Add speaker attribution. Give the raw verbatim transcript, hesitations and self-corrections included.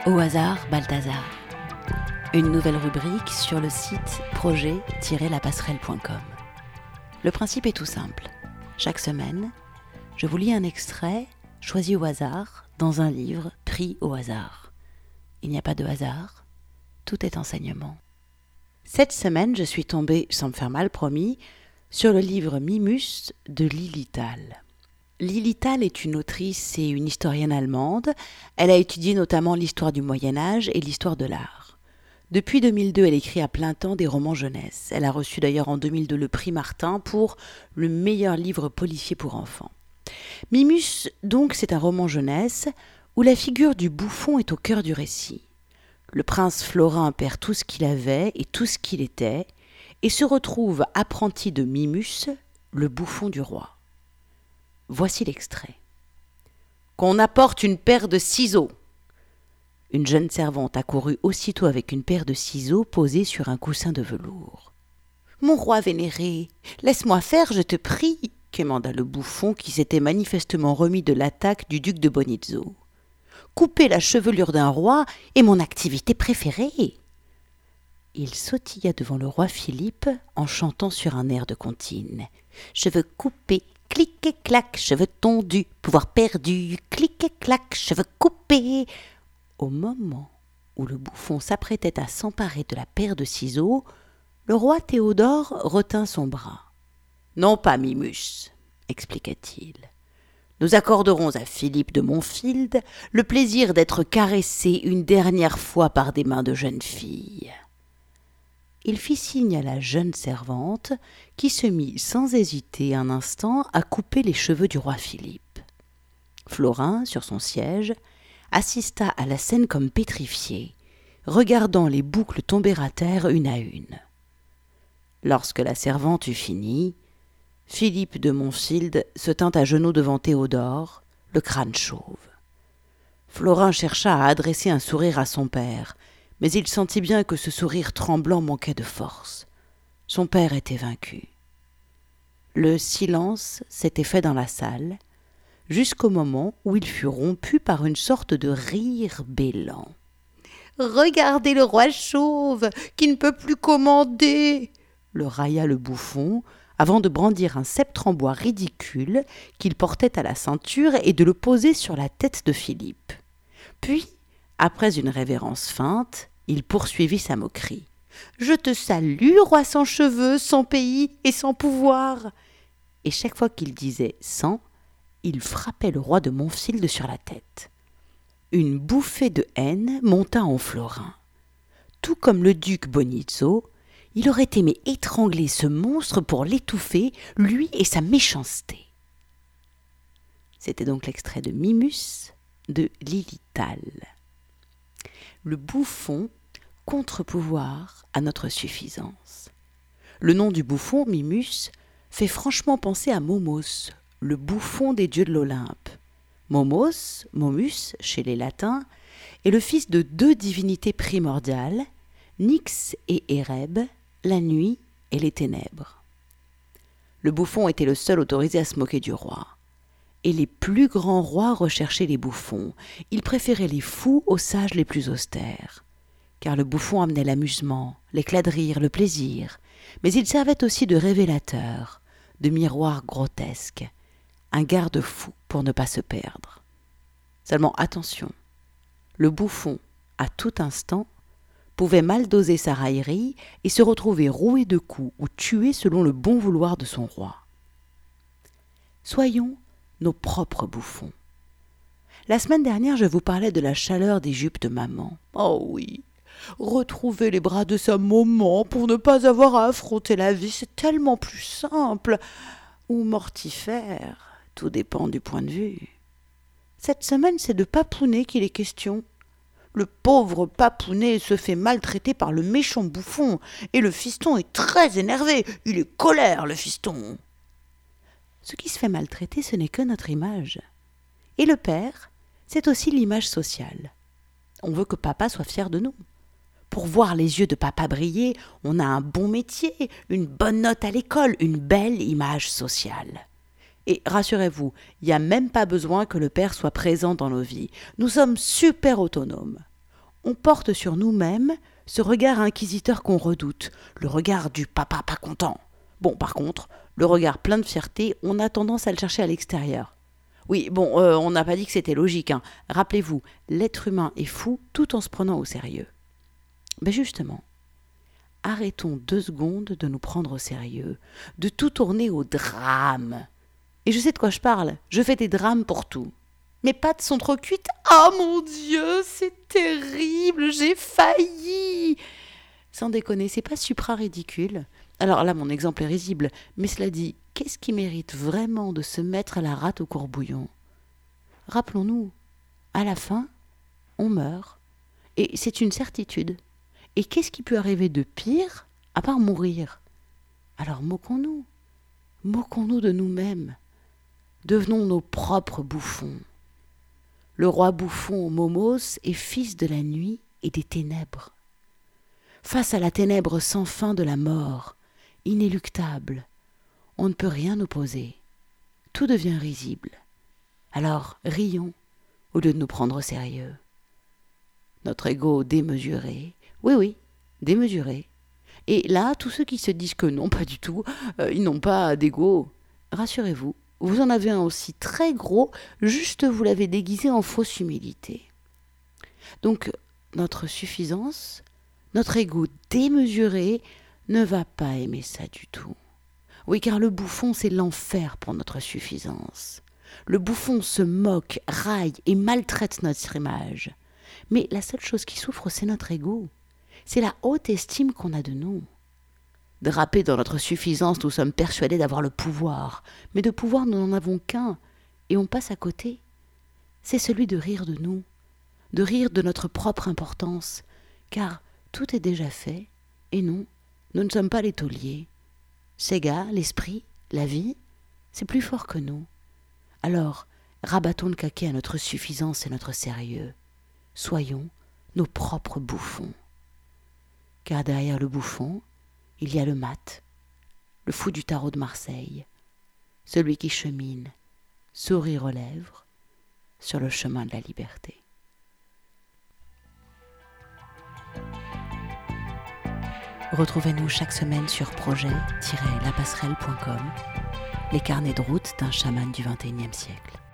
Speaker 1: Au hasard, Balthazar. Une nouvelle rubrique sur le site projet tiret la passerelle point com. Le principe est tout simple. Chaque semaine, je vous lis un extrait choisi au hasard dans un livre pris au hasard. Il n'y a pas de hasard, tout est enseignement. Cette semaine, je suis tombée, sans me faire mal promis, sur le livre Mimus de Lily Tal. Lily Tal est une autrice et une historienne allemande. Elle a étudié notamment l'histoire du Moyen-Âge et l'histoire de l'art. Depuis deux mille deux, elle écrit à plein temps des romans jeunesse. Elle a reçu d'ailleurs en deux mille deux le prix Martin pour le meilleur livre policier pour enfants. Mimus, donc, c'est un roman jeunesse où la figure du bouffon est au cœur du récit. Le prince Florin perd tout ce qu'il avait et tout ce qu'il était et se retrouve apprenti de Mimus, le bouffon du roi. Voici l'extrait. Qu'on apporte une paire de ciseaux. Une jeune servante accourut aussitôt avec une paire de ciseaux posée sur un coussin de velours. Mon roi vénéré, laisse-moi faire, je te prie, quémanda le bouffon qui s'était manifestement remis de l'attaque du duc de Bonizzo. Couper la chevelure d'un roi est mon activité préférée. Il sautilla devant le roi Philippe en chantant sur un air de comptine. Je veux couper, clic et clac, cheveux tondus, pouvoir perdu, clic et clac, cheveux coupés. Au moment où le bouffon s'apprêtait à s'emparer de la paire de ciseaux, le roi Théodore retint son bras. Non pas Mimus, expliqua-t-il. Nous accorderons à Philippe de Montfield le plaisir d'être caressé une dernière fois par des mains de jeune fille. Il fit signe à la jeune servante qui se mit sans hésiter un instant à couper les cheveux du roi Philippe. Florin, sur son siège, assista à la scène comme pétrifié, regardant les boucles tomber à terre une à une. Lorsque la servante eut fini, Philippe de Montfield se tint à genoux devant Théodore, le crâne chauve. Florin chercha à adresser un sourire à son père, mais il sentit bien que ce sourire tremblant manquait de force. Son père était vaincu. Le silence s'était fait dans la salle, jusqu'au moment où il fut rompu par une sorte de rire bêlant. « Regardez le roi chauve, qui ne peut plus commander !» le railla le bouffon, avant de brandir un sceptre en bois ridicule qu'il portait à la ceinture et de le poser sur la tête de Philippe. Puis, après une révérence feinte, il poursuivit sa moquerie. « Je te salue, roi sans cheveux, sans pays et sans pouvoir !» Et chaque fois qu'il disait « sans », il frappait le roi de Montfield sur la tête. Une bouffée de haine monta en Florin. Tout comme le duc Bonizzo, il aurait aimé étrangler ce monstre pour l'étouffer, lui et sa méchanceté. C'était donc l'extrait de Mimus de Lily Tal. Le bouffon, contre-pouvoir à notre suffisance. Le nom du bouffon, Mimus, fait franchement penser à Momos, le bouffon des dieux de l'Olympe. Momos, Momus, chez les Latins, est le fils de deux divinités primordiales, Nyx et Éreb, la nuit et les ténèbres. Le bouffon était le seul autorisé à se moquer du roi. Et les plus grands rois recherchaient les bouffons. Ils préféraient les fous aux sages les plus austères. Car le bouffon amenait l'amusement, l'éclat de rire, le plaisir. Mais il servait aussi de révélateur, de miroir grotesque, un garde-fou pour ne pas se perdre. Seulement attention, le bouffon, à tout instant, pouvait mal doser sa raillerie et se retrouver roué de coups ou tué selon le bon vouloir de son roi. Soyons nos propres bouffons. La semaine dernière, je vous parlais de la chaleur des jupes de maman. Oh oui, retrouver les bras de sa maman pour ne pas avoir à affronter la vie, c'est tellement plus simple. Ou mortifère, tout dépend du point de vue. Cette semaine, c'est de Papounet qu'il est question. Le pauvre Papounet se fait maltraiter par le méchant bouffon, et le fiston est très énervé. Il est colère, le fiston. Ce qui se fait maltraiter, ce n'est que notre image. Et le père, c'est aussi l'image sociale. On veut que papa soit fier de nous. Pour voir les yeux de papa briller, on a un bon métier, une bonne note à l'école, une belle image sociale. Et rassurez-vous, il n'y a même pas besoin que le père soit présent dans nos vies. Nous sommes super autonomes. on porte sur nous-mêmes ce regard inquisiteur qu'on redoute, le regard du papa pas content. Bon, par contre, le regard plein de fierté, on a tendance à le chercher à l'extérieur. Oui, bon, euh, on n'a pas dit que c'était logique, hein. Rappelez-vous, l'être humain est fou tout en se prenant au sérieux. Ben justement, arrêtons deux secondes de nous prendre au sérieux, de tout tourner au drame. Et je sais de quoi je parle, je fais des drames pour tout. Mes pattes sont trop cuites. Oh mon Dieu, c'est terrible, j'ai failli. Sans déconner, c'est pas supra-ridicule. Alors là, mon exemple est risible, mais cela dit, qu'est-ce qui mérite vraiment de se mettre à la rate au courbouillon ? Rappelons-nous, à la fin, on meurt. Et c'est une certitude. Et qu'est-ce qui peut arriver de pire, à part mourir ? Alors moquons-nous. Moquons-nous de nous-mêmes. Devenons nos propres bouffons. Le roi bouffon Momos est fils de la nuit et des ténèbres. Face à la ténèbre sans fin de la mort, inéluctable, on ne peut rien opposer. Tout devient risible. Alors rions au lieu de nous prendre au sérieux. Notre ego démesuré, oui oui, démesuré. Et là, tous ceux qui se disent que non, pas du tout, euh, ils n'ont pas d'ego, rassurez-vous, vous en avez un aussi très gros, juste vous l'avez déguisé en fausse humilité. Donc, notre suffisance, notre ego démesuré ne va pas aimer ça du tout. Oui, car le bouffon, c'est l'enfer pour notre suffisance. Le bouffon se moque, raille et maltraite notre image. Mais la seule chose qui souffre, c'est notre ego. C'est la haute estime qu'on a de nous. Drapés dans notre suffisance, nous sommes persuadés d'avoir le pouvoir. Mais de pouvoir, nous n'en avons qu'un. Et on passe à côté. C'est celui de rire de nous. De rire de notre propre importance. Car tout est déjà fait. Et non, nous ne sommes pas les tauliers. Sega, l'esprit, la vie, c'est plus fort que nous. Alors, rabattons le caquet à notre suffisance et notre sérieux. Soyons nos propres bouffons. Car derrière le bouffon, il y a le mat, le fou du tarot de Marseille, celui qui chemine, sourire aux lèvres, sur le chemin de la liberté. Retrouvez-nous chaque semaine sur projet tiret la passerelle point com, les carnets de route d'un chaman du vingt et unième siècle.